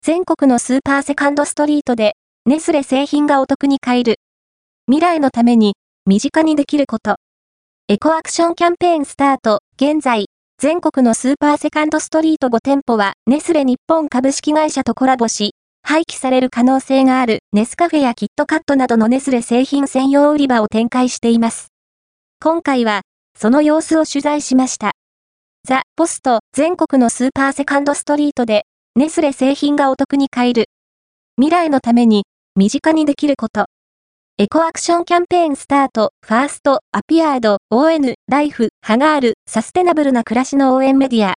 全国のスーパーセカンドストリートで、ネスレ製品がお得に買える。未来のために、身近にできること。エコアクションキャンペーンスタート。現在、全国のスーパーセカンドストリート5店舗は、ネスレ日本株式会社とコラボし、廃棄される可能性があるネスカフェやキットカットなどのネスレ製品専用売り場を展開しています。今回は、その様子を取材しました。ザ・ポスト全国のスーパーセカンドストリートで、ネスレ製品がお得に買える。未来のために、身近にできること。エコアクションキャンペーンスタート。ファースト、アピアード、ON、ライフ、ハガール、サステナブルな暮らしの応援メディア。